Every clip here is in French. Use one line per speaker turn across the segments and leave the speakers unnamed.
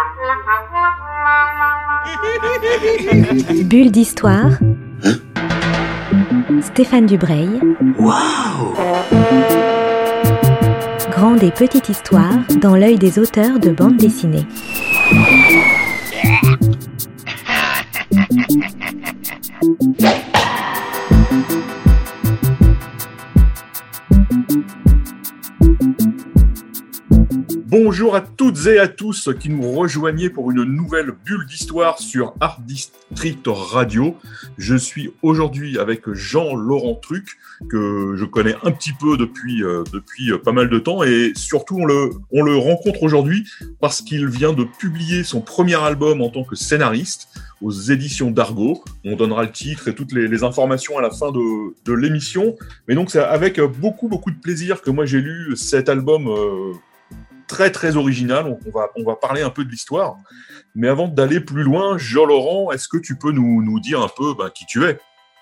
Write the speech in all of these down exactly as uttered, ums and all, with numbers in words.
Bulle d'histoire. Stéphane Dubreuil.
Waouh!
Grande et petite histoire dans l'œil des auteurs de bande dessinée.
Bonjour à toutes et à tous qui nous rejoignez pour une nouvelle bulle d'histoire sur Art District Radio. Je suis aujourd'hui avec Jean-Laurent Truc, que je connais un petit peu depuis, euh, depuis pas mal de temps, et surtout on le, on le rencontre aujourd'hui parce qu'il vient de publier son premier album en tant que scénariste aux éditions d'Argo. On donnera le titre et toutes les, les informations à la fin de, de l'émission. Mais donc c'est avec beaucoup beaucoup de plaisir que moi j'ai lu cet album euh, très très original. On va, on va parler un peu de l'histoire. Mais avant d'aller plus loin, Jean-Laurent, est-ce que tu peux nous, nous dire un peu ben, qui tu es ?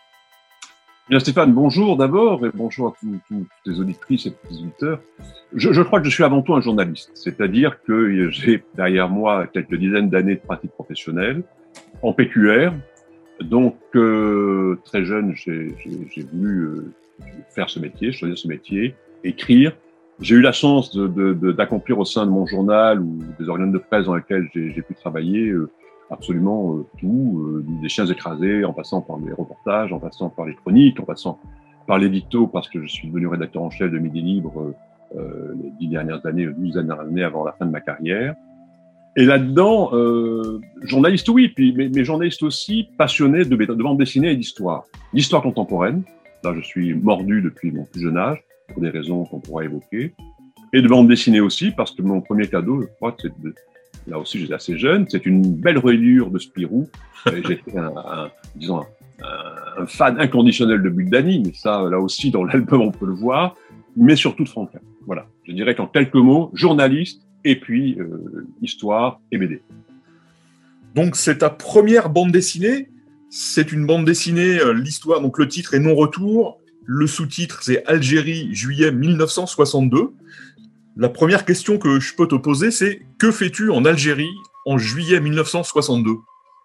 Bien Stéphane, bonjour d'abord et bonjour à tous, tous, tous les auditrices et tous les auditeurs. Je, je crois que je suis avant tout un journaliste, c'est-à-dire que j'ai derrière moi quelques dizaines d'années de pratique professionnelle en P Q R. Donc euh, très jeune, j'ai, j'ai, j'ai voulu euh, faire ce métier, choisir ce métier, écrire. J'ai eu la chance de, de, de, d'accomplir au sein de mon journal ou des organes de presse dans lesquels j'ai, j'ai pu travailler euh, absolument euh, tout, euh, des chiens écrasés, en passant par les reportages, en passant par les chroniques, en passant par l'édito, parce que je suis devenu rédacteur en chef de Midi Libre euh, les dix dernières années, douze dernières années avant la fin de ma carrière. Et là-dedans, euh, journaliste oui, puis mais, mais journaliste aussi passionné de, de bande dessinée et d'histoire, d'histoire contemporaine. Là, je suis mordu depuis mon plus jeune âge, pour des raisons qu'on pourra évoquer, et de bande dessinée aussi, parce que mon premier cadeau, je crois que c'est de, là aussi j'étais assez jeune, c'est une belle reliure de Spirou. J'étais un, un, disons un, un fan inconditionnel de Buck Danny, mais ça, là aussi, dans l'album, on peut le voir, mais surtout de Franquin. Voilà. Je dirais qu'en quelques mots, journaliste, et puis euh, histoire et B D.
Donc, c'est ta première bande dessinée. C'est une bande dessinée, euh, l'histoire, donc le titre est Non-Retour. Le sous-titre, c'est Algérie, juillet dix-neuf cent soixante-deux. La première question que je peux te poser, c'est que fais-tu en Algérie en juillet dix-neuf cent soixante-deux ?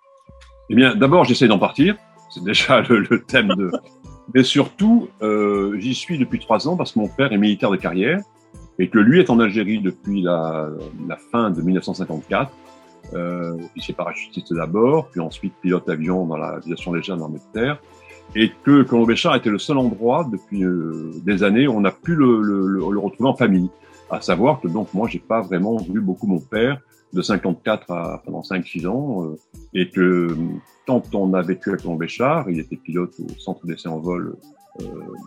Eh bien, d'abord, j'essaie d'en partir. C'est déjà le, le thème de... Mais surtout, euh, j'y suis depuis trois ans parce que mon père est militaire de carrière et que lui est en Algérie depuis la, la fin de dix-neuf cent cinquante-quatre. Euh, il s'est parachutiste d'abord, puis ensuite pilote avion dans l'aviation légère de l'armée de terre. Et que Colomb-Béchar était le seul endroit depuis euh, des années où on a pu le, le, le, le retrouver en famille. À savoir que donc moi j'ai pas vraiment vu beaucoup mon père de cinquante-quatre à pendant cinq six ans euh, et que quand on a vécu à Colomb-Béchar, il était pilote au centre d'essai en vol euh,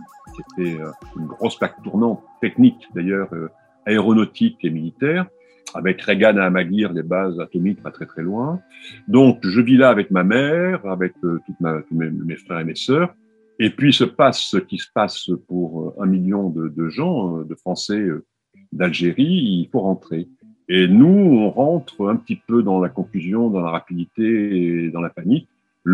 qui était euh, une grosse plaque tournante technique d'ailleurs euh, aéronautique et militaire, avec Reagan à Amaguir, les bases atomiques pas très très loin. Donc je vis là avec ma mère, avec euh, toute ma, tous mes, mes frères et mes sœurs, et puis se passe ce qui se passe pour un million de, de gens, de Français euh, d'Algérie, il faut rentrer. Et nous, on rentre un petit peu dans la confusion, dans la rapidité et dans la panique,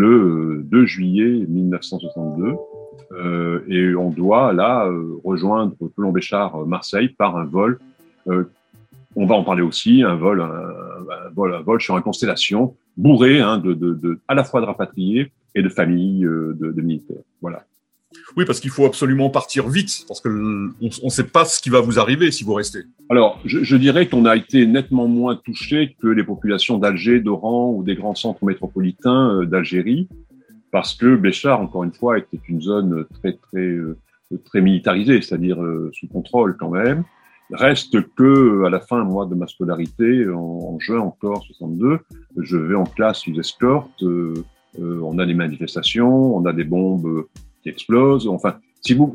le deux juillet dix-neuf cent soixante-deux, euh, et on doit là euh, rejoindre Colomb-Béchar-Marseille par un vol euh, on va en parler aussi, un vol, un, un vol, un vol sur une constellation bourré hein, de, de, de, à la fois de rapatriés et de familles euh, de, de militaires. Voilà.
Oui, parce qu'il faut absolument partir vite, parce qu'on ne sait pas ce qui va vous arriver si vous restez.
Alors, je, je dirais qu'on a été nettement moins touchés que les populations d'Alger, d'Oran ou des grands centres métropolitains euh, d'Algérie, parce que Béchar, encore une fois, était une zone très, très, euh, très militarisée, c'est-à-dire euh, sous contrôle quand même. Reste que, à la fin, moi, de ma scolarité, en, en juin encore soixante-deux, je vais en classe sous escorte, euh, euh, on a des manifestations, on a des bombes qui explosent, enfin, si vous,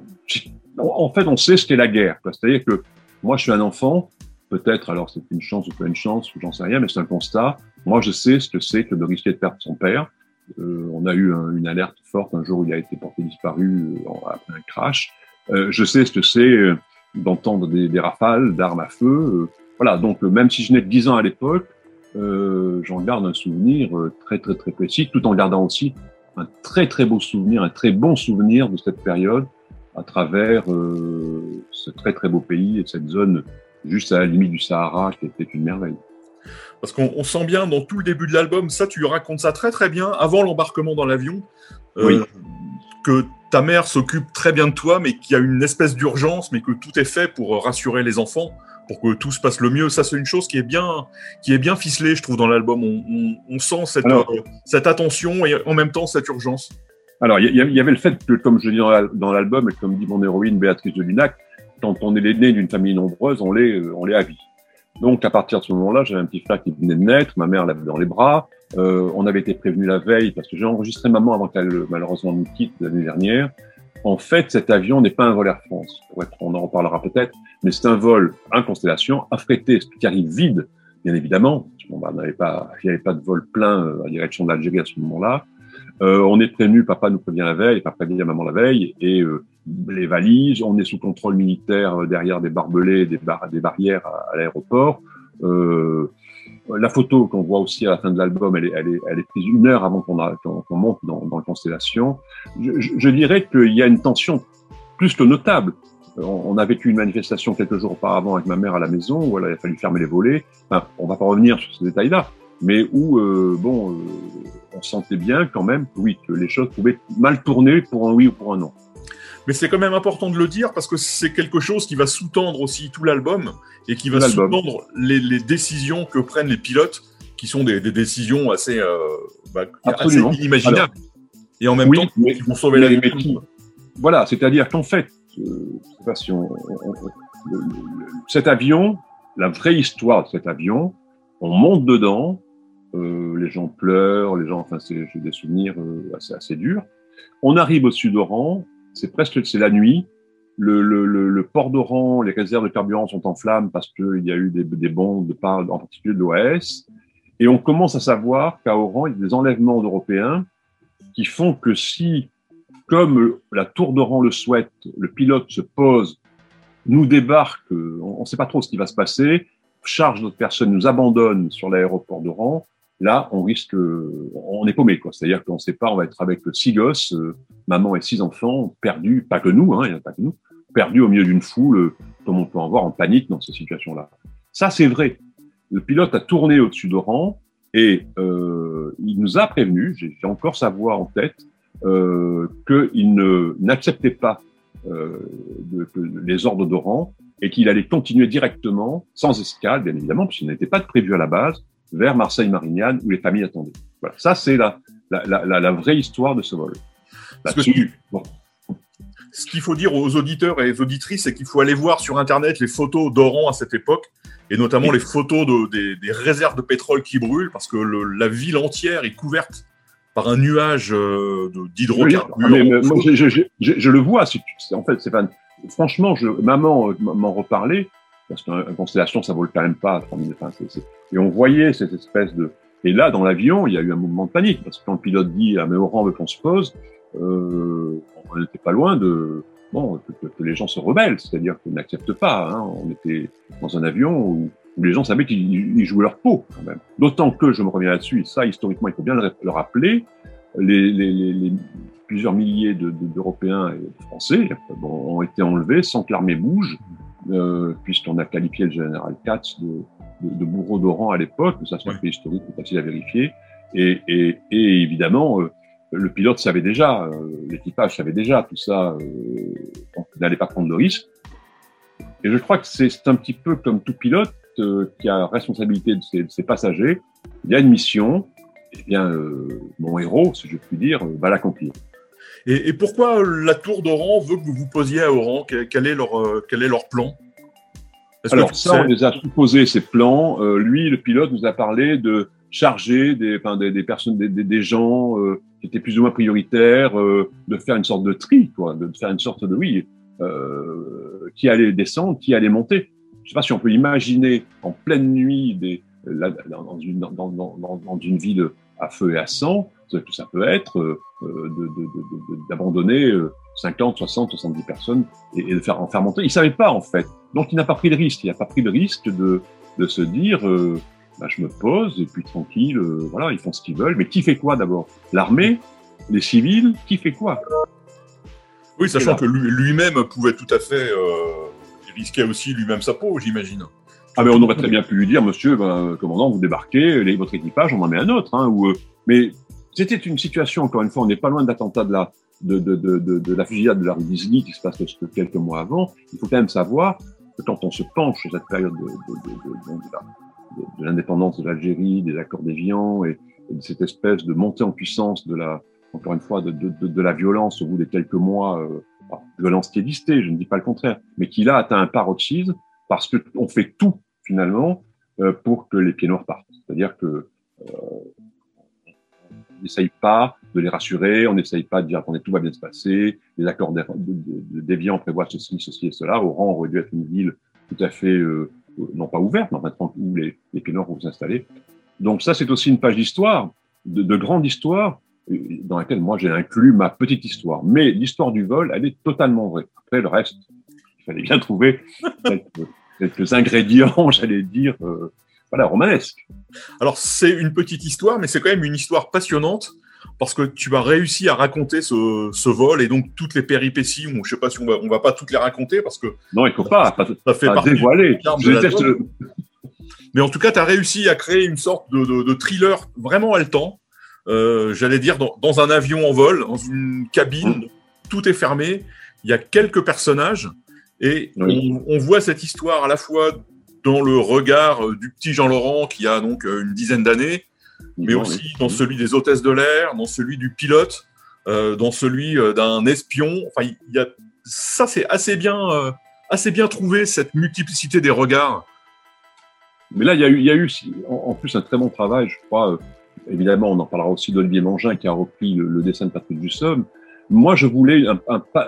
en fait, on sait ce qu'est la guerre, quoi. C'est-à-dire que moi, je suis un enfant, peut-être, alors c'est une chance ou pas une chance, ou j'en sais rien, mais c'est un constat. Moi, je sais ce que c'est que de risquer de perdre son père. Euh, on a eu un, une alerte forte un jour où il a été porté disparu euh, après un crash. Euh, je sais ce que c'est euh, d'entendre des, des rafales d'armes à feu. Euh, voilà, donc euh, même si je n'ai que dix ans à l'époque, euh, j'en garde un souvenir euh, très très très précis, tout en gardant aussi un très très beau souvenir, un très bon souvenir de cette période à travers euh, ce très très beau pays et cette zone juste à la limite du Sahara qui était une merveille.
Parce qu'on on sent bien dans tout le début de l'album, ça tu racontes ça très très bien, avant l'embarquement dans l'avion, euh,
Oui.
que ta mère s'occupe très bien de toi, mais qu'il y a une espèce d'urgence, mais que tout est fait pour rassurer les enfants, pour que tout se passe le mieux. Ça, c'est une chose qui est bien, qui est bien ficelée, je trouve, dans l'album. On, on, on sent cette,
Alors,
euh, cette attention et en même temps cette urgence.
Alors, il y, y avait le fait que, comme je dis dans, la, dans l'album, et comme dit mon héroïne Béatrice de Lunac, quand on est l'aîné d'une famille nombreuse, on l'est, on l'est à vie. Donc, à partir de ce moment-là, j'avais un petit frère qui venait de naître, ma mère l'avait dans les bras. Euh, on avait été prévenu la veille parce que j'ai enregistré maman avant qu'elle malheureusement nous quitte l'année dernière. En fait, cet avion n'est pas un vol Air France. Ouais, on en reparlera peut-être, mais c'est un vol, un Constellation, affrété, ce qui arrive vide, bien évidemment. Bon, bah, on n'avait pas, il n'y avait pas de vol plein euh, à direction de l'Algérie à ce moment-là. Euh, on est prévenu, papa nous prévient la veille, papa prévient maman la veille, et euh, les valises, on est sous contrôle militaire euh, derrière des barbelés, des, bar- des barrières à, à l'aéroport. Euh, la photo qu'on voit aussi à la fin de l'album, elle est, elle est, elle est prise une heure avant qu'on, a, qu'on, qu'on monte dans, dans la Constellation. Je, je, je dirais qu'il y a une tension plus que notable. On, on a vécu une manifestation quelques jours auparavant avec ma mère à la maison, où il a fallu fermer les volets. Enfin, on va pas revenir sur ces détails-là, mais où, euh, bon, euh, on sentait bien quand même que oui, que les choses pouvaient mal tourner pour un oui ou pour un non.
Mais c'est quand même important de le dire parce que c'est quelque chose qui va sous-tendre aussi tout l'album et qui va
L'album.
sous-tendre les, les décisions que prennent les pilotes, qui sont des, des décisions assez, euh, bah, assez inimaginables. Alors, et en même
oui,
temps,
mais,
qui vont sauver la vie.
Qui, voilà, c'est-à-dire qu'en fait, euh, je sais pas si on, on, on le, le, cet avion, la vraie histoire de cet avion, on monte dedans, euh, les gens pleurent, les gens, enfin, c'est, j'ai des souvenirs euh, assez, assez durs. On arrive au-dessus d'Oran. C'est presque, c'est la nuit. Le, le, le, le port d'Oran, les réserves de carburant sont en flammes parce qu'il y a eu des, des bombes de part, en particulier de l'O A S. Et on commence à savoir qu'à Oran, il y a des enlèvements d'Européens qui font que si, comme la tour d'Oran le souhaite, le pilote se pose, nous débarque, on ne sait pas trop ce qui va se passer, charge notre personne, nous abandonne sur l'aéroport d'Oran, là, on risque, on est paumé, quoi. C'est-à-dire qu'on ne sait pas, on va être avec six gosses, euh, maman et six enfants, perdus, pas que nous, hein, il n'y en a pas que nous, perdus au milieu d'une foule, euh, comme on peut en voir en panique dans ces situations-là. Ça, c'est vrai. Le pilote a tourné au-dessus d'Oran et euh, il nous a prévenu, j'ai, j'ai encore sa voix en tête, euh, qu'il ne, n'acceptait pas euh, de, de, les ordres d'Oran et qu'il allait continuer directement, sans escale, bien évidemment, puisqu'il n'était pas prévu à la base, vers Marseille-Marignane, où les familles attendaient. Voilà. Ça, c'est la, la, la, la vraie histoire de ce vol.
Là-dessus, bon. Ce qu'il faut dire aux auditeurs et aux auditrices, c'est qu'il faut aller voir sur Internet les photos d'Oran à cette époque, et notamment oui. les photos de, des, des réserves de pétrole qui brûlent, parce que le, la ville entière est couverte par un nuage euh, de, d'hydrocarbures.
Oui, mais, mais, moi, je, je, je, je, je le vois. C'est, c'est, en fait, c'est pas, franchement, je, maman m'en reparlait, parce qu'une Constellation, ça vaut quand même pas trois mille. Enfin, c'est, c'est, et on voyait cette espèce de... Et là, dans l'avion, il y a eu un mouvement de panique, parce que quand le pilote dit « Ah, mais Oran veut qu'on se pose euh, », on n'était pas loin de... Bon, que, que les gens se rebellent, c'est-à-dire qu'ils n'acceptent pas. Hein. On était dans un avion où, où les gens savaient qu'ils ils jouaient leur peau, quand même. D'autant que, je me reviens là-dessus, et ça, historiquement, il faut bien le, le rappeler, les, les, les, les plusieurs milliers de, de, d'Européens et de Français bon, ont été enlevés sans que l'armée bouge, Euh, puisqu'on a qualifié le général Katz de, de, de bourreau d'Oran à l'époque, ça c'est un fait historique, c'est facile à vérifier, et, et, et évidemment, euh, le pilote savait déjà, euh, l'équipage savait déjà tout ça, euh, donc il n'allait pas prendre de risque. Et je crois que c'est, c'est un petit peu comme tout pilote euh, qui a responsabilité de ses, de ses passagers, il y a une mission, et bien euh, mon héros, si je puis dire, euh, va l'accomplir.
Et, et pourquoi la tour d'Oran veut que vous vous posiez à Oran ? Quel est leur, euh, quel est leur plan ? Est-ce
Alors
que
ça, sais... on les a supposés, ces plans. Euh, lui, le pilote, nous a parlé de charger des, enfin, des, des personnes, des, des, des gens euh, qui étaient plus ou moins prioritaires, euh, de faire une sorte de tri, quoi, de faire une sorte de oui, euh, qui allait descendre, qui allait monter. Je sais pas si on peut imaginer en pleine nuit des, là, dans, une, dans, dans, dans, dans une ville à feu et à sang, ce que ça peut être euh, de, de, de, de, d'abandonner euh, cinquante, soixante, soixante-dix personnes et, et de faire en faire monter. Il savait pas en fait, donc il n'a pas pris le risque. Il n'a pas pris le risque de de se dire, euh, bah, je me pose et puis tranquille, euh, voilà, ils font ce qu'ils veulent. Mais qui fait quoi d'abord ? L'armée, les civils, qui fait quoi ?
Oui, sachant que lui, lui-même pouvait tout à fait, euh, il risquait aussi lui-même sa peau, j'imagine.
Ah, mais on aurait très bien pu lui dire, monsieur, ben, commandant, vous débarquez, les, votre équipage, on en met un autre. Hein, ou, euh, mais c'était une situation, encore une fois, on n'est pas loin de l'attentat de la, de, de, de, de, de la fusillade de la rue d'Isly qui se passe quelques mois avant. Il faut quand même savoir que quand on se penche sur cette période de, de, de, de, de, de, la, de, de l'indépendance de l'Algérie, des accords d'Évian et, et de cette espèce de montée en puissance de la, encore une fois, de, de, de, de la violence au bout des quelques mois, euh, violence qui est listée, je ne dis pas le contraire, mais qui là atteint un paroxysme parce que on fait tout finalement euh, pour que les pieds noirs partent. C'est-à-dire que euh, on n'essaye pas de les rassurer, on n'essaye pas de dire attendez tout va bien se passer, les accords d'Évian prévoient ceci, ceci et cela. Oran aurait dû être une ville tout à fait euh, non pas ouverte, mais maintenant où les, les pieds noirs vont s'installer. Donc ça c'est aussi une page d'histoire, de, de grande histoire, dans laquelle moi j'ai inclus ma petite histoire. Mais l'histoire du vol, elle est totalement vraie. Après le reste, il fallait bien trouver quelques, quelques ingrédients, j'allais dire, euh, voilà, romanesques.
Alors c'est une petite histoire, mais c'est quand même une histoire passionnante parce que tu as réussi à raconter ce, ce vol et donc toutes les péripéties. Je ne sais pas si on va, on va pas toutes les raconter parce que
non, il faut pas, pas,
ça fait
pas
partie
dévoiler. Je déteste le...
Mais en tout cas, tu as réussi à créer une sorte de, de, de thriller vraiment haletant. Euh, j'allais dire dans, dans un avion en vol, dans une cabine, mmh. tout est fermé, il y a quelques personnages et oui. on, on voit cette histoire à la fois dans le regard du petit Jean Laurent qui a donc une dizaine d'années, mais aussi oui. dans celui des hôtesses de l'air, dans celui du pilote, euh, dans celui d'un espion. Enfin, il y a ça, c'est assez bien, euh, assez bien trouvé cette multiplicité des regards.
Mais là, il y a eu, il y a eu en, en plus un très bon travail, je crois. Euh, Évidemment, on en parlera aussi d'Olivier Mangin qui a repris le, le dessin de Patrick Dussomme. Moi, je voulais un, un, un,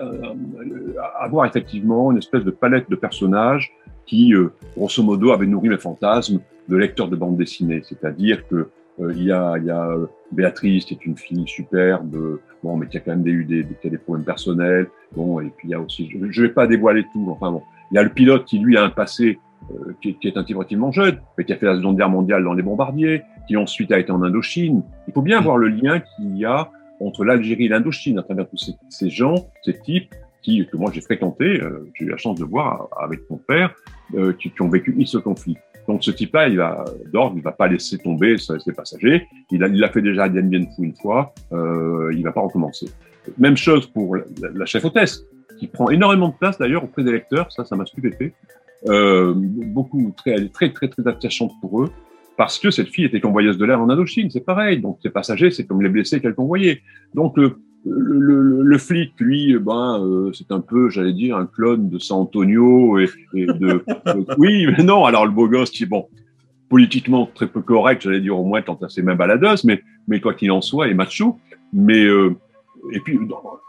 avoir effectivement une espèce de palette de personnages qui, euh, grosso modo, avaient nourri mes fantasmes de lecteur de bande dessinée. C'est-à-dire que euh, il y a, il y a Béatrice qui est une fille superbe, bon, mais qui a quand même des, eu des, des, qui a des problèmes personnels. Bon, et puis il y a aussi, je ne vais pas dévoiler tout. Enfin bon, il y a le pilote qui lui a un passé Euh, qui, qui est un type relativement jeune, mais qui a fait la Seconde Guerre mondiale dans les bombardiers, qui ensuite a été en Indochine. Il faut bien voir le lien qu'il y a entre l'Algérie et l'Indochine à travers tous ces, ces gens, ces types qui, que moi j'ai fréquentés, euh, j'ai eu la chance de voir avec mon père, euh, qui, qui ont vécu ce conflit. Donc ce type-là, il va d'ordre, il va pas laisser tomber ses passagers. Il a, il l'a fait déjà à Dien Bien Phu une fois, euh, il va pas recommencer. Même chose pour la, la chef hôtesse, qui prend énormément de place d'ailleurs auprès des lecteurs. Ça, ça m'a stupéfait. Euh, beaucoup, très, elle est très, très, très attachante pour eux, parce que cette fille était convoyeuse de l'air en Indochine, c'est pareil. Donc, ses passagers, c'est comme les blessés qu'elle convoyait. Donc, le, le, le, le flic, lui, ben, euh, c'est un peu, j'allais dire, un clone de San Antonio et, et de, de, oui, mais non. Alors, le beau gosse qui, bon, politiquement très peu correct, j'allais dire au moins quant à ses mains baladeuses, mais, mais quoi qu'il en soit, est macho. Mais, euh, et puis,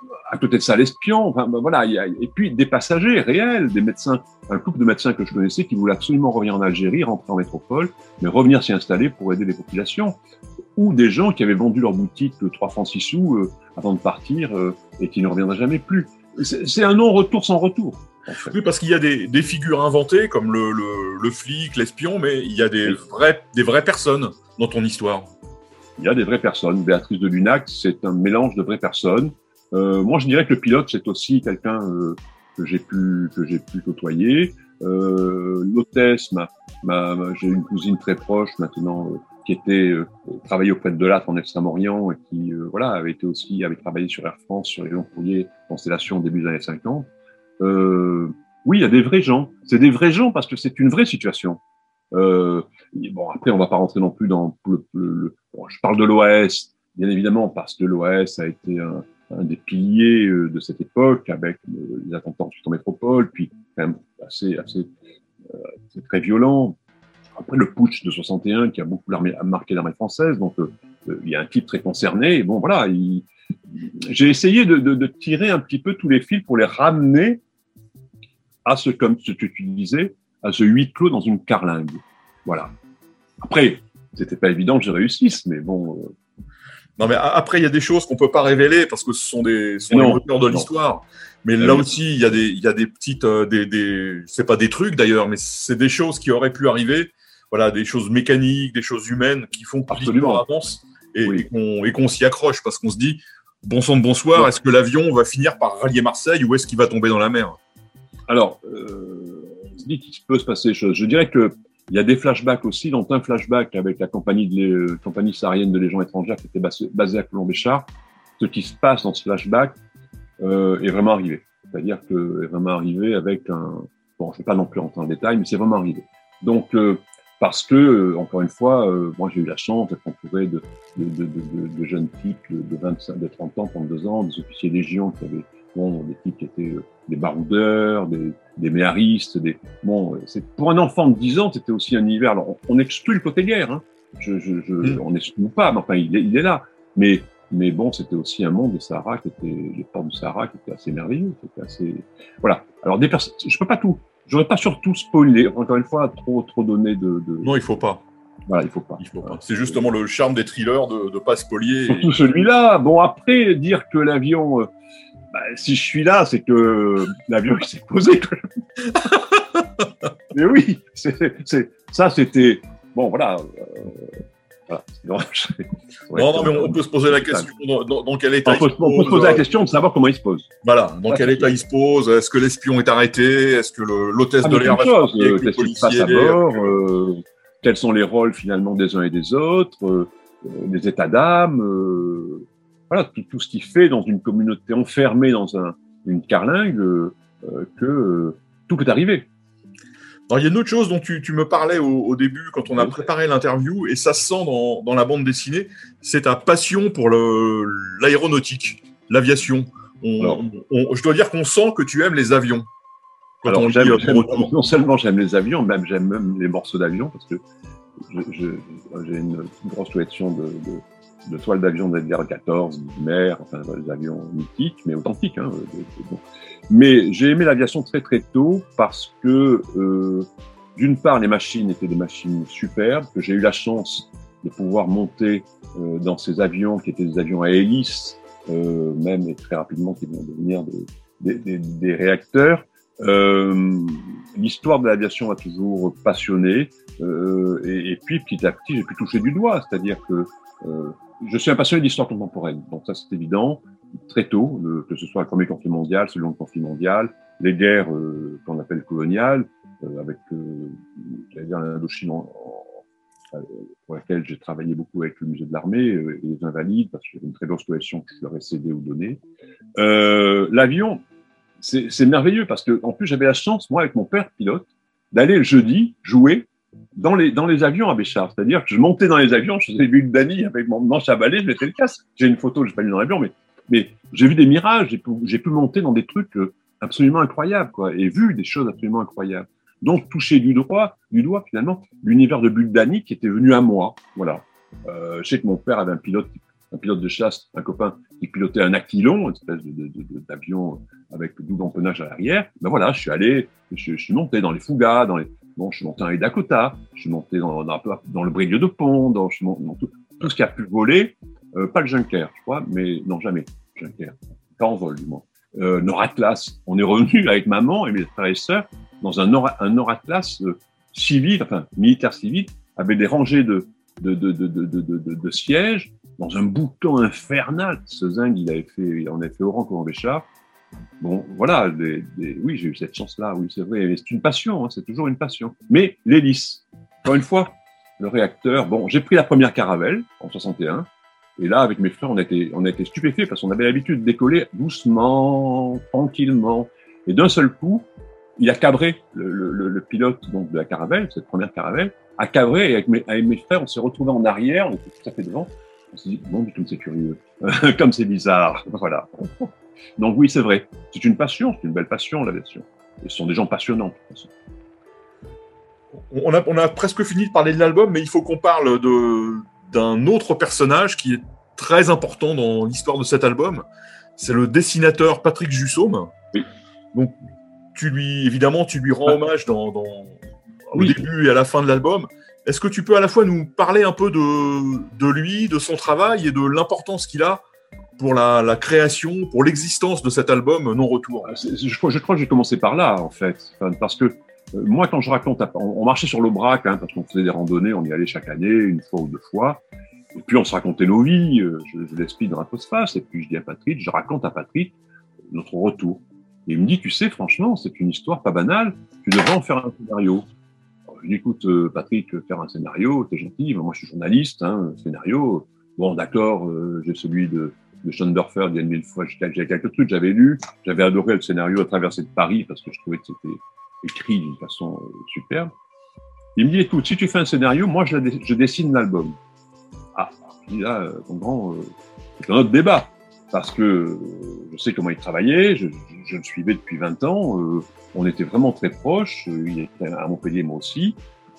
à côté de ça, l'espion, enfin, ben voilà, il y a, et puis des passagers réels, des médecins, un couple de médecins que je connaissais qui voulaient absolument revenir en Algérie, rentrer en métropole, mais revenir s'y installer pour aider les populations, ou des gens qui avaient vendu leur boutique trois francs six sous euh, avant de partir euh, et qui ne reviendraient jamais plus. C'est, c'est un non-retour sans retour. En fait.
Oui, parce qu'il y a des, des figures inventées comme le, le, le flic, l'espion, mais il y a des, oui. vrais, des vraies personnes dans ton histoire.
Il y a des vraies personnes. Béatrice de Lunac, c'est un mélange de vraies personnes. Euh, moi, je dirais que le pilote, c'est aussi quelqu'un euh, que j'ai pu que j'ai pu côtoyer. Euh, l'hôtesse, ma, ma, ma, j'ai une cousine très proche maintenant euh, qui était euh, travaillait auprès de Delattre en Extrême-Orient et qui euh, voilà avait été aussi avait travaillé sur Air France sur les longs courriers Constellation au début des années cinquante. Euh, oui, il y a des vrais gens. C'est des vrais gens parce que c'est une vraie situation. Euh, bon, après, on va pas rentrer non plus dans le, le, le bon, je parle de l'O A S, bien évidemment, parce que l'O A S a été un un des piliers de cette époque, avec les attentats ensuite en métropole, puis quand même assez, assez, euh, c'est très violent. Après le putsch de soixante et un qui a beaucoup l'armée, a marqué l'armée française, donc euh, il y a un type très concerné. Et bon, voilà, il, j'ai essayé de, de, de tirer un petit peu tous les fils pour les ramener à ce, comme ce que tu disais, à ce huis clos dans une carlingue. Voilà. Après, c'était pas évident que je réussisse, mais bon. Euh,
Non, mais après, il y a des choses qu'on peut pas révéler parce que ce sont des, ce sont
non,
les moteurs de non. l'histoire. Mais là oui. aussi, il y a des, il y a des petites, euh, des, des, c'est pas des trucs d'ailleurs, mais c'est des choses qui auraient pu arriver. Voilà, des choses mécaniques, des choses humaines qui font que l'histoire avance et, oui. et qu'on, et qu'on s'y accroche parce qu'on se dit, bon sang de bonsoir, ouais. est-ce que l'avion va finir par rallier Marseille ou est-ce qu'il va tomber dans la mer?
Alors, euh, on se dit qu'il peut se passer des choses. Je dirais que Il y a des flashbacks aussi, dont un flashback avec la compagnie, de, euh, compagnie saharienne de Légion étrangère qui était basée, basée à Colomb-Béchard. Ce qui se passe dans ce flashback euh, est vraiment arrivé. C'est-à-dire que est vraiment arrivé avec un... Bon, je ne vais pas non plus rentrer en détail, mais c'est vraiment arrivé. Donc, euh, parce que, euh, encore une fois, euh, moi j'ai eu la chance d'être entouré de, de, de, de, de jeunes types de, vingt-cinq, de trente ans, trente-deux ans, des officiers légion qui avaient, bon, des types qui étaient euh, des baroudeurs, des, des méharistes, des, bon, euh, c'est, pour un enfant de dix ans, c'était aussi un univers, alors on, on exclut le côté guerre, hein. Je, je, je, mmh. On n'exclut pas, mais enfin, il est, il est là. Mais, mais bon, c'était aussi un monde des Sahara qui était, les ports du Sahara qui étaient assez merveilleux, qui étaient assez, voilà. Alors, des personnes, je peux pas tout. J'aurais pas surtout spoilé, encore une fois, trop, trop donné de, de...
Non, il faut pas.
Voilà, il faut pas.
Il faut pas. C'est justement le charme des thrillers de ne pas spolier.
Surtout
et...
celui-là. Bon, après, dire que l'avion, euh, bah, si je suis là, c'est que l'avion il s'est posé. Mais oui, c'est, c'est, ça c'était, bon, voilà. Euh, voilà. Non,
non, non, mais on peut se poser la question dans, dans, dans quel état
on peut,
il se pose.
On peut se poser la question de savoir comment il se pose.
Voilà, dans quel état il se pose. Est-ce que l'espion est arrêté? Est-ce que le, l'hôtesse ah, de l'air va se
faire euh, Qu'est-ce qui se passe à bord euh, Quels sont les rôles finalement des uns et des autres euh, Les états d'âme euh, Voilà, tout, tout ce qui fait dans une communauté enfermée dans un, une carlingue euh, que euh, tout peut arriver.
Alors, il y a une autre chose dont tu, tu me parlais au, au début, quand on a préparé l'interview, et ça se sent dans, dans la bande dessinée, c'est ta passion pour le, l'aéronautique, l'aviation. On, alors, on, je dois dire qu'on sent que tu aimes les avions.
Quand alors, on j'aime, dit, j'aime, non seulement j'aime les avions, même j'aime même les morceaux d'avion, parce que je, je, j'ai une, une grosse collection de, de, de toiles d'avion d'Edgar quatorze, mer, enfin des avions mythiques, mais authentiques. Hein, de, de, de, Mais j'ai aimé l'aviation très très tôt parce que, euh, d'une part, les machines étaient des machines superbes, que j'ai eu la chance de pouvoir monter euh, dans ces avions qui étaient des avions à hélice, euh, même et très rapidement qui vont devenir des, des, des, des réacteurs. Euh, l'histoire de l'aviation m'a toujours passionné euh, et, et puis petit à petit j'ai pu toucher du doigt, c'est-à-dire que euh, je suis un passionné d'histoire contemporaine, donc ça c'est évident. Très tôt, le, que ce soit le premier conflit mondial, le second conflit mondial, les guerres euh, qu'on appelle coloniales, euh, avec, euh, j'allais dire l'Indochine, en, en, pour laquelle j'ai travaillé beaucoup avec le musée de l'armée euh, et les Invalides, parce qu'il y avait une très grosse collection que je leur ai cédée ou donnée. Euh, l'avion, c'est, c'est merveilleux parce que en plus j'avais la chance, moi avec mon père pilote, d'aller le jeudi jouer dans les, dans les avions à Béchard. C'est-à-dire que je montais dans les avions, je faisais une Dani avec mon manche à balai, je mettais le casque. J'ai une photo, je n'ai pas mis dans l'avion, mais Mais j'ai vu des mirages, j'ai pu, j'ai pu monter dans des trucs absolument incroyables, quoi, et vu des choses absolument incroyables. Donc, toucher du doigt, du doigt finalement, l'univers de Bull Dani qui était venu à moi. Voilà. Euh, je sais que mon père avait un pilote, un pilote de chasse, un copain qui pilotait un Aquilon, une espèce de, de, de, d'avion avec double empennage à l'arrière. Ben voilà, je suis allé, je, je suis monté dans les Fougas, dans les, bon, je suis monté dans les Dakota, je suis monté dans, dans, dans le Brélieu de Pont, dans, je suis monté dans tout, tout ce qui a pu voler. Euh, pas le Junker, je crois, mais non, jamais. Junker. Pas en vol, du moins. Euh, Nord Atlas. On est revenu avec maman et mes frères et sœurs dans un Nord, un Nord Atlas euh, civil, enfin, militaire civil, avec des rangées de, de, de, de, de, de, de, de sièges, dans un bouton infernal. Ce zinc, il avait fait, il en avait fait au rang comme en Béchard. Bon, voilà, des, des, oui, j'ai eu cette chance-là, oui, c'est vrai. C'est une passion, hein, c'est toujours une passion. Mais l'hélice, encore une fois, le réacteur, bon, j'ai pris la première Caravelle en soixante et un. Et là, avec mes frères, on a été, on a été stupéfaits parce qu'on avait l'habitude de décoller doucement, tranquillement. Et d'un seul coup, il a cabré, le, le, le pilote donc de la Caravelle, cette première Caravelle, a cabré et avec mes, avec mes frères, on s'est retrouvés en arrière, on était tout à fait devant. On s'est dit, bon, du tout, c'est curieux. Comme c'est bizarre. Voilà. Donc oui, c'est vrai. C'est une passion, c'est une belle passion, l'aviation. Et ce sont des gens passionnants.
On a, on a presque fini de parler de l'album, mais il faut qu'on parle de... d'un autre personnage qui est très important dans l'histoire de cet album. C'est le dessinateur Patrick Jussaume.
Oui.
Donc, tu lui, évidemment, tu lui rends hommage dans, dans, au oui. début et à la fin de l'album. Est-ce que tu peux à la fois nous parler un peu de, de lui, de son travail et de l'importance qu'il a pour la, la création, pour l'existence de cet album Non Retour?
je, crois, je crois que j'ai commencé par là, en fait. Enfin, parce que euh, moi, quand je raconte, on, on marchait sur l'Aubrac, hein, parce qu'on faisait des randonnées, on y allait chaque année, une fois ou deux fois. Et puis, on se racontait nos vies. Euh, je, je l'explique dans la postface. Et puis, je dis à Patrick, je raconte à Patrick notre retour. Et il me dit, tu sais, franchement, c'est une histoire pas banale. Tu devrais en faire un scénario. je dis, écoute, euh, Patrick, faire un scénario, t'es gentil, moi je suis journaliste, hein, scénario. Bon, d'accord, euh, j'ai celui de, de Schoenberger, il y a une fois, j'ai quelques trucs, j'avais lu, j'avais adoré le scénario à Traversée de Paris parce que je trouvais que c'était écrit d'une façon euh, superbe. Il me dit, écoute, si tu fais un scénario, moi je, je dessine l'album. Ah, je dis là, ton grand, euh, c'est un autre débat. Parce que euh, je sais comment il travaillait, je, je, je le suivais depuis vingt ans, euh, on était vraiment très proches, euh, il était à Montpellier, moi aussi.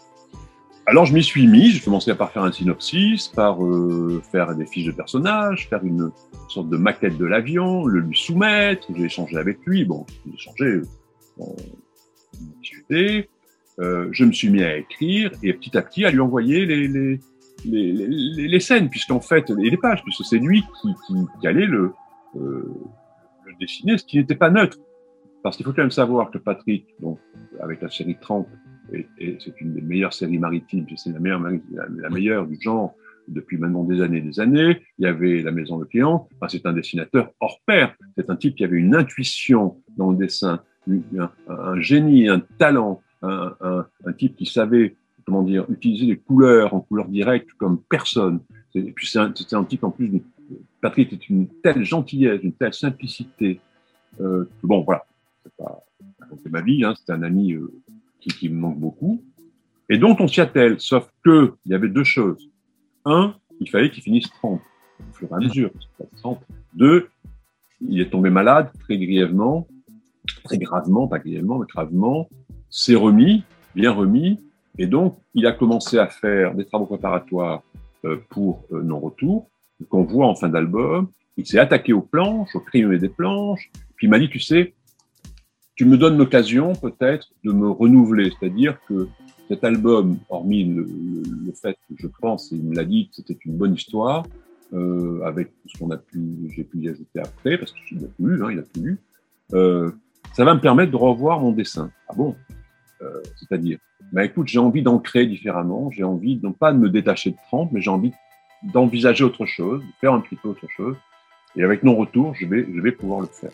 Alors je m'y suis mis, j'ai commencé par faire un synopsis, par euh, faire des fiches de personnages, faire une sorte de maquette de l'avion, le lui soumettre, j'ai échangé avec lui, bon, j'ai échangé, on discutait, euh, je me suis mis à écrire et petit à petit à lui envoyer les... les Les, les, les scènes, puisqu'en fait, et les pages, puisque c'est lui qui, qui, qui allait le, euh, le dessiner, ce qui n'était pas neutre. Parce qu'il faut quand même savoir que Patrick, donc, avec la série trente, et, et c'est une des meilleures séries maritimes, c'est la meilleure, la, la meilleure du genre depuis maintenant des années et des années. Il y avait La Maison de Cléant, enfin, c'est un dessinateur hors pair. C'est un type qui avait une intuition dans le dessin, un, un génie, un talent, un, un, un type qui savait comment dire, utiliser les couleurs en couleur directe comme personne. Et puis c'est un, c'est un type en plus, de, Patrick est une telle gentillesse, une telle simplicité. Euh, bon, voilà, c'est pas raconter ma vie, hein, c'est un ami euh, qui, qui me manque beaucoup. Et donc on s'y attelle, sauf que il y avait deux choses. Un, il fallait qu'il finisse trente, au fur et à mesure. trente. Deux, il est tombé malade très grièvement, très gravement, pas grièvement, mais gravement. S'est remis, bien remis. Et donc, il a commencé à faire des travaux préparatoires euh, pour euh, Non-Retour, qu'on voit en fin d'album. Il s'est attaqué aux planches, au crayonné des planches. Puis il m'a dit, tu sais, tu me donnes l'occasion peut-être de me renouveler. C'est-à-dire que cet album, hormis le, le, le fait que je pense, et il me l'a dit, que c'était une bonne histoire, euh, avec ce qu'on a pu, j'ai pu y ajouter après, parce qu'il a tout lu, hein, il a tout lu, euh, ça va me permettre de revoir mon dessin. Ah bon? Euh, c'est-à-dire, ben écoute, j'ai envie d'en créer différemment, j'ai envie, non pas de me détacher de trente, mais j'ai envie d'envisager autre chose, de faire un petit peu autre chose. Et avec Non-Retour, je vais, je vais pouvoir le faire.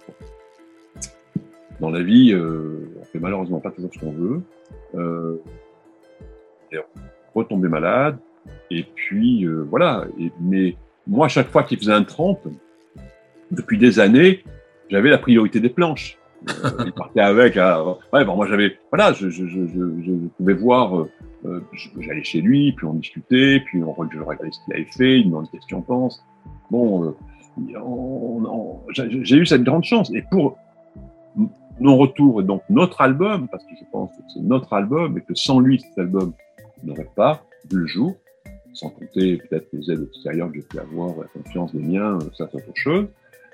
Dans la vie, euh, on fait malheureusement pas toujours ce qu'on veut. Euh, et retomber malade, et puis euh, voilà. Et, mais moi, chaque fois qu'il faisait un trente, depuis des années, j'avais la priorité des planches. Euh, il partait avec. À, ouais, bon, moi j'avais, voilà, je, je, je, je, je pouvais voir. Euh, j'allais chez lui, puis on discutait, puis on, je regardais ce qu'il avait fait, il me demandait qu'est-ce qu'il en pense. Bon, euh, on, on, j'ai eu cette grande chance. Et pour Non-Retour, et donc notre album, parce que je pense que c'est notre album et que sans lui cet album n'aurait pas vu le jour, sans compter peut-être les aides extérieures que j'ai pu avoir, la confiance des miens, ça c'est autre chose.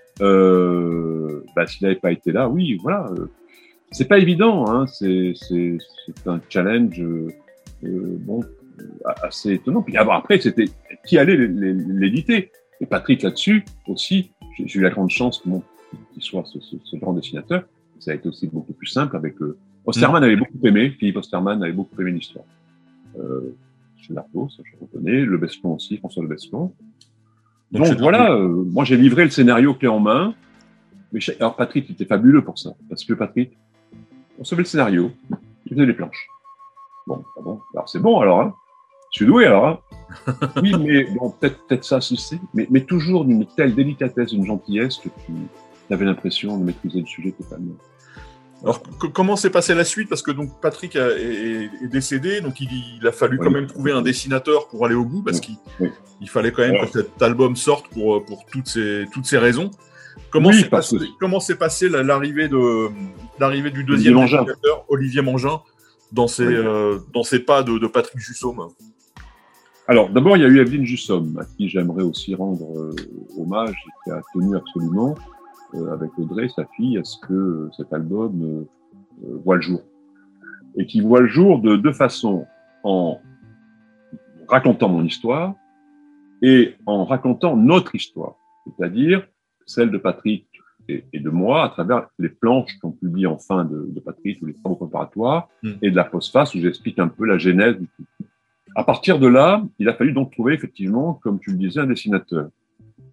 Euh, bah, s'il n'avait pas été là, oui, voilà. Euh, c'est pas évident, hein, c'est, c'est, c'est un challenge euh, bon, assez étonnant. Puis après, c'était qui allait l'éditer. Et Patrick là-dessus aussi, j'ai, j'ai eu la grande chance bon, qu'il soit ce, ce, ce grand dessinateur. Ça a été aussi beaucoup plus simple avec euh, Osterman mmh. avait beaucoup aimé, Philippe Osterman avait beaucoup aimé l'histoire. Euh, chez Largo, ça je reconnais, Le Bescon aussi, François Le Bescon. Donc, Donc voilà, euh, moi j'ai livré le scénario clé en main. Mais alors Patrick il était fabuleux pour ça, parce que Patrick, on recevait le scénario, il faisait les planches. Bon, ah bon, alors c'est bon alors, hein. Je suis doué alors, hein. Oui, mais bon, peut-être, peut-être ça se sait, mais, mais toujours d'une telle délicatesse, d'une gentillesse que tu avais l'impression de maîtriser le sujet totalement.
Alors, que, comment s'est passée la suite? Parce que donc Patrick a, est, est décédé, donc il, il a fallu oui. quand même trouver un dessinateur pour aller au bout, parce oui. qu'il oui. il fallait quand même Alors, que cet album sorte pour, pour toutes, ces, toutes ces raisons. Comment, oui, s'est passé, que... comment s'est passé l'arrivée, de, l'arrivée du deuxième dessinateur, Olivier Mangin, dans ses, oui. euh, dans ses pas de, de Patrick Jussaume?
Alors, d'abord, il y a eu Evelyne Jussaume, à qui j'aimerais aussi rendre euh, hommage, et qui a tenu absolument, euh, avec Audrey, sa fille, à ce que euh, cet album euh, euh, voit le jour. Et qui voit le jour de deux façons, en racontant mon histoire et en racontant notre histoire, c'est-à-dire celle de Patrick et, et de moi, à travers les planches qu'on publie en fin de, de Patrick, ou les travaux préparatoires, mmh. et de la postface, où j'explique un peu la genèse du tout. À partir de là, il a fallu donc trouver effectivement, comme tu le disais, un dessinateur.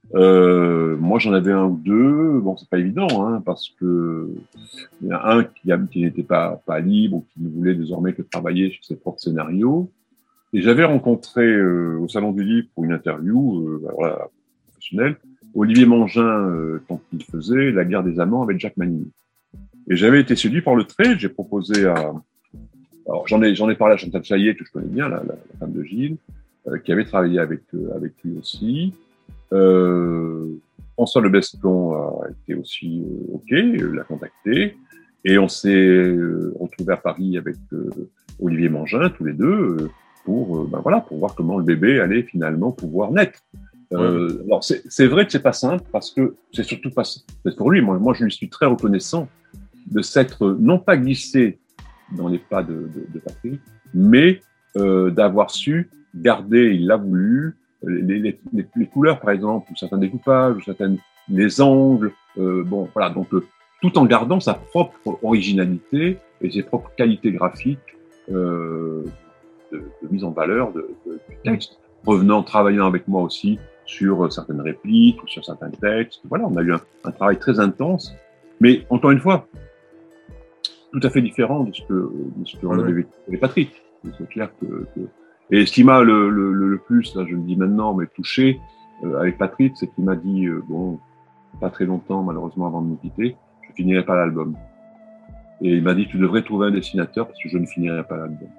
Euh, moi, j'en avais un ou deux. Bon, c'est pas évident, hein, parce que il y en a un qui, qui n'était pas, pas libre ou qui ne voulait désormais que travailler sur ses propres scénarios. Et j'avais rencontré euh, au Salon du Livre pour une interview euh, voilà, professionnelle Olivier Mangin euh, quand il faisait La guerre des amants avec Jacques Manille. Et j'avais été séduit par le trait. J'ai proposé à... Alors, j'en ai, j'en ai parlé à Chantal Chaillet, que je connais bien, la, la, la femme de Gilles, euh, qui avait travaillé avec, euh, avec lui aussi. Euh, François Lebeston a été aussi euh, OK, euh, l'a contacté, et on s'est euh, retrouvé à Paris avec euh, Olivier Mangin, tous les deux, euh, pour euh, ben voilà, pour voir comment le bébé allait finalement pouvoir naître. Euh, ouais. Alors c'est, c'est vrai que c'est pas simple parce que c'est surtout pas c'est pour lui. Moi, moi, je lui suis très reconnaissant de s'être non pas glissé dans les pas de, de, de Patrick, mais euh, d'avoir su garder, il l'a voulu. Les, les, les, les couleurs, par exemple, ou certains découpages, ou certaines, les angles, euh, bon, voilà, donc euh, tout en gardant sa propre originalité et ses propres qualités graphiques euh, de, de mise en valeur de, de, du texte, revenant, travaillant avec moi aussi sur certaines répliques ou sur certains textes. Voilà, on a eu un, un travail très intense, mais encore une fois, tout à fait différent de ce que de ce qu'on ouais. avait vécu avec Patrick. C'est clair que, que et ce qui m'a le, le, le plus, là, je le dis maintenant, mais touché euh, avec Patrick, c'est qu'il m'a dit, euh, bon, pas très longtemps, malheureusement, avant de nous quitter, je finirai pas l'album. Et il m'a dit, tu devrais trouver un dessinateur parce que je ne finirai pas l'album.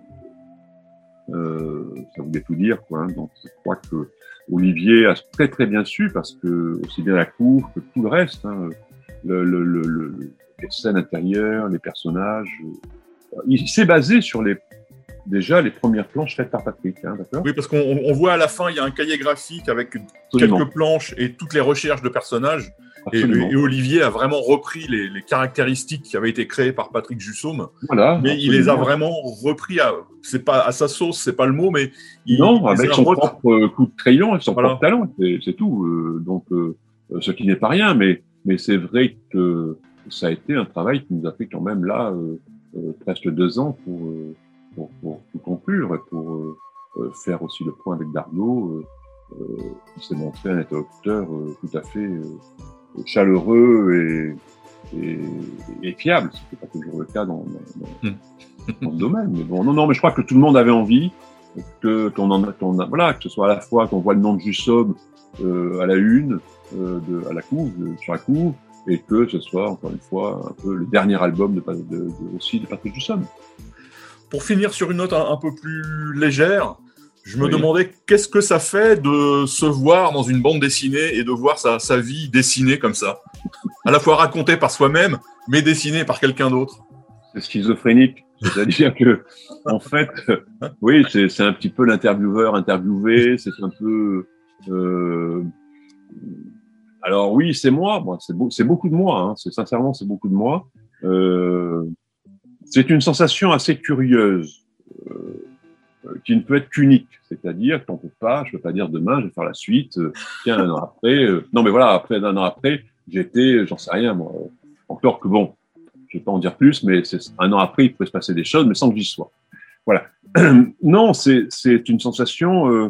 Euh, ça voulait tout dire, quoi. Hein. Donc, je crois que Olivier a très très bien su, parce que aussi bien la cour que tout le reste, hein, le, le, le, le, les scènes intérieures, les personnages, euh, il s'est basé sur les déjà les premières planches faites par Patrick, hein, d'accord ?
Oui, parce qu'on on voit à la fin, il y a un cahier graphique avec Absolument. quelques planches et toutes les recherches de personnages. Et, et Olivier a vraiment repris les, les caractéristiques qui avaient été créées par Patrick Jussaume. Voilà, mais absolument. Il les a vraiment repris à, c'est pas à sa sauce, c'est pas le mot, mais il,
non,
il
avec son repris. propre coup de crayon, avec son voilà. propre talent, c'est, c'est tout. Euh, donc, euh, ce qui n'est pas rien, mais mais c'est vrai que ça a été un travail qui nous a fait quand même là euh, euh, presque deux ans pour. Euh, Pour, pour tout conclure et pour euh, euh, faire aussi le point avec Dargaud, euh, euh, qui s'est montré un interlocuteur euh, tout à fait euh, chaleureux et, et, et fiable. C'était pas toujours le cas dans, dans, dans, dans le domaine. Mais bon, non, non, mais je crois que tout le monde avait envie que qu'on en a, qu'on a, voilà, que ce soit à la fois qu'on voit le nom de Jussaume euh, à la une, euh, de, à la couve, de, sur la couve, et que ce soit encore une fois un peu le dernier album de, de, de aussi de Patrick Jussaume.
Pour finir sur une note un, un peu plus légère, je me oui. demandais qu'est-ce que ça fait de se voir dans une bande dessinée et de voir sa, sa vie dessinée comme ça, à la fois racontée par soi-même, mais dessinée par quelqu'un d'autre.
C'est schizophrénique, c'est-à-dire que, en fait, oui, c'est, c'est un petit peu l'intervieweur interviewé, c'est un peu. Euh, alors oui, c'est moi, moi c'est, beau, c'est beaucoup de moi, hein, c'est sincèrement c'est beaucoup de moi. Euh, C'est une sensation assez curieuse, euh, qui ne peut être qu'unique. C'est-à-dire qu'on peut pas, je peux pas dire demain, je vais faire la suite. Euh, tiens, un an après, euh, non mais voilà, après un an après, j'étais, j'en sais rien moi. Encore que bon, je vais pas en dire plus, mais c'est, un an après, il pourrait se passer des choses, mais sans que j'y sois. Voilà. Non, c'est c'est une sensation, euh,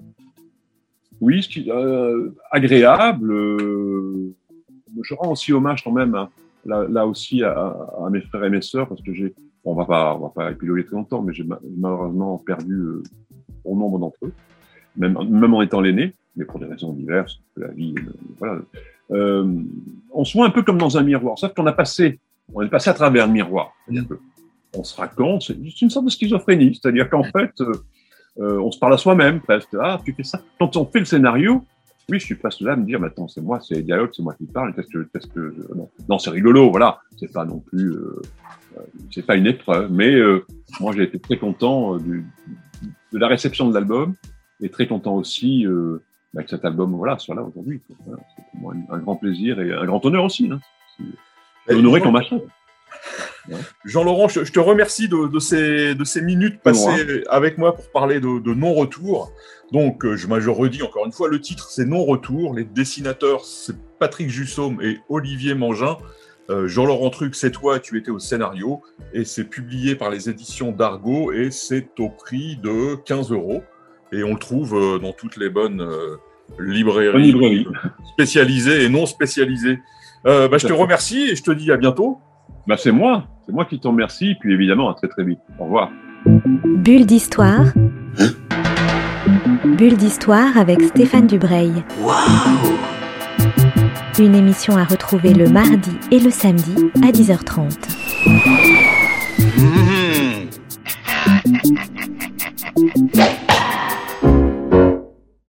oui, euh, agréable. Euh, je rends aussi hommage quand même à Là, là aussi à, à mes frères et mes sœurs, parce que j'ai, bon, on va pas, on va pas épiloguer très longtemps, mais j'ai malheureusement perdu euh, bon nombre d'entre eux, même, même en étant l'aîné, mais pour des raisons diverses, la vie, euh, voilà. Euh, on se voit un peu comme dans un miroir, sauf qu'on a passé, on est passé à travers le miroir. C'est-à-dire que on se raconte, c'est une sorte de schizophrénie, c'est-à-dire qu'en fait, euh, euh, on se parle à soi-même presque. Ah, tu fais ça. Quand on fait le scénario. Oui, je suis presque là à me dire, mais attends, c'est moi, c'est les dialogues, c'est moi qui parle, qu'est-ce que, qu'est-ce que, non, non, c'est rigolo, voilà, c'est pas non plus, euh, c'est pas une épreuve, mais euh, moi j'ai été très content du, de la réception de l'album et très content aussi euh, bah, que cet album, voilà, soit là aujourd'hui. Voilà, c'est pour moi un, un grand plaisir et un grand honneur aussi. Hein. C'est honoré qu'on m'achète.
Ouais. Jean-Laurent, je, je te remercie de, de, ces, de ces minutes passées avec moi pour parler de, de non-retour. Donc, je, je redis encore une fois, le titre, c'est Non-retour. Les dessinateurs, c'est Patrick Jussaume et Olivier Mangin. Euh, Jean-Laurent Truc, c'est toi, tu étais au scénario. Et c'est publié par les éditions Dargaud et c'est au prix de quinze euros. Et on le trouve euh, dans toutes les bonnes euh, librairie,
librairie.
spécialisée et non spécialisée. Euh, bah, je te remercie et je te dis à bientôt.
Bah, c'est moi, c'est moi qui t'en remercie, puis évidemment, à très très vite. Au revoir.
Bulle d'histoire. Bulle d'histoire avec Stéphane Dubreuil.
Waouh!
Une émission à retrouver le mardi et le samedi à dix heures trente.
Mmh.